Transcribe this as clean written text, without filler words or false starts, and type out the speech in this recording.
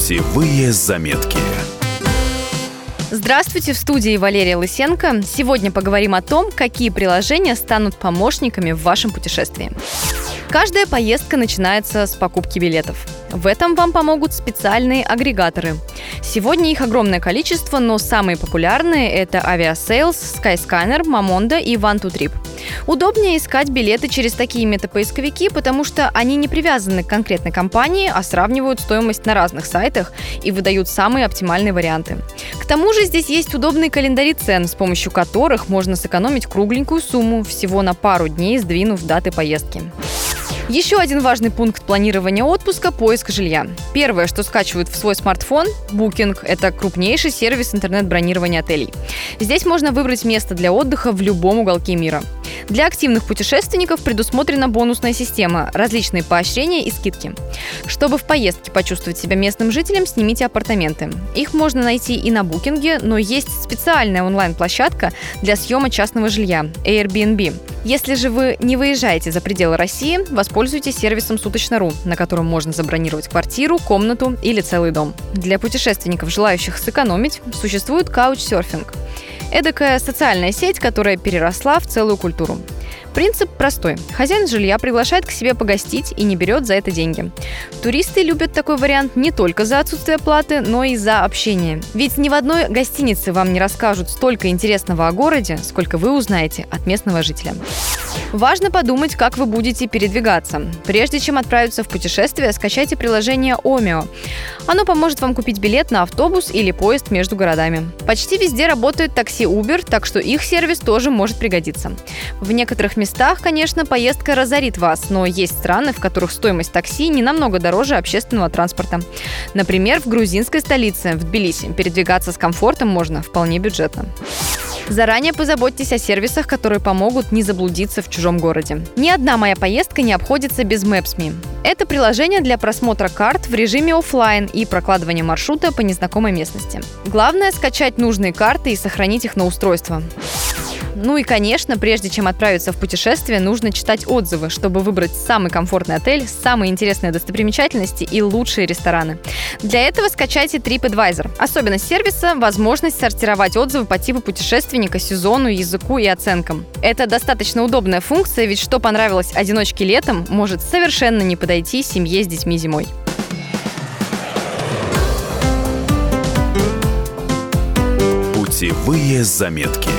Путевые заметки. Здравствуйте, в студии Валерия Лысенко. Сегодня поговорим о том, какие приложения станут помощниками в вашем путешествии. Каждая поездка начинается с покупки билетов. В этом вам помогут специальные агрегаторы. Сегодня их огромное количество, но самые популярные – это Aviasales, Skyscanner, Momondo и One2Trip. Удобнее искать билеты через такие метапоисковики, потому что они не привязаны к конкретной компании, а сравнивают стоимость на разных сайтах и выдают самые оптимальные варианты. К тому же здесь есть удобные календари цен, с помощью которых можно сэкономить кругленькую сумму, всего на пару дней сдвинув даты поездки. Еще один важный пункт планирования отпуска – поиск жилья. Первое, что скачивают в свой смартфон – Booking – это крупнейший сервис интернет-бронирования отелей. Здесь можно выбрать место для отдыха в любом уголке мира. Для активных путешественников предусмотрена бонусная система, различные поощрения и скидки. Чтобы в поездке почувствовать себя местным жителем, снимите апартаменты. Их можно найти и на Booking, но есть специальная онлайн-площадка для съема частного жилья – Airbnb. Если же вы не выезжаете за пределы России, воспользуйтесь сервисом Суточно.ру, на котором можно забронировать квартиру, комнату или целый дом. Для путешественников, желающих сэкономить, существует каучсерфинг. Эдакая социальная сеть, которая переросла в целую культуру. Принцип простой. Хозяин жилья приглашает к себе погостить и не берет за это деньги. Туристы любят такой вариант не только за отсутствие платы, но и за общение. Ведь ни в одной гостинице вам не расскажут столько интересного о городе, сколько вы узнаете от местного жителя. Важно подумать, как вы будете передвигаться. Прежде чем отправиться в путешествие, скачайте приложение Omio. Оно поможет вам купить билет на автобус или поезд между городами. Почти везде работает такси Uber, так что их сервис тоже может пригодиться. В некоторых местах, конечно, поездка разорит вас, но есть страны, в которых стоимость такси не намного дороже общественного транспорта. Например, в грузинской столице, в Тбилиси, передвигаться с комфортом можно вполне бюджетно. Заранее позаботьтесь о сервисах, которые помогут не заблудиться в чужом городе. Ни одна моя поездка не обходится без Maps.me. Это приложение для просмотра карт в режиме офлайн и прокладывания маршрута по незнакомой местности. Главное – скачать нужные карты и сохранить их на устройство. Ну и, конечно, прежде чем отправиться в путешествие, нужно читать отзывы, чтобы выбрать самый комфортный отель, самые интересные достопримечательности и лучшие рестораны. Для этого скачайте TripAdvisor. Особенность сервиса – возможность сортировать отзывы по типу путешественника, сезону, языку и оценкам. Это достаточно удобная функция, ведь что понравилось одиночке летом, может совершенно не подойти семье с детьми зимой. Путевые заметки.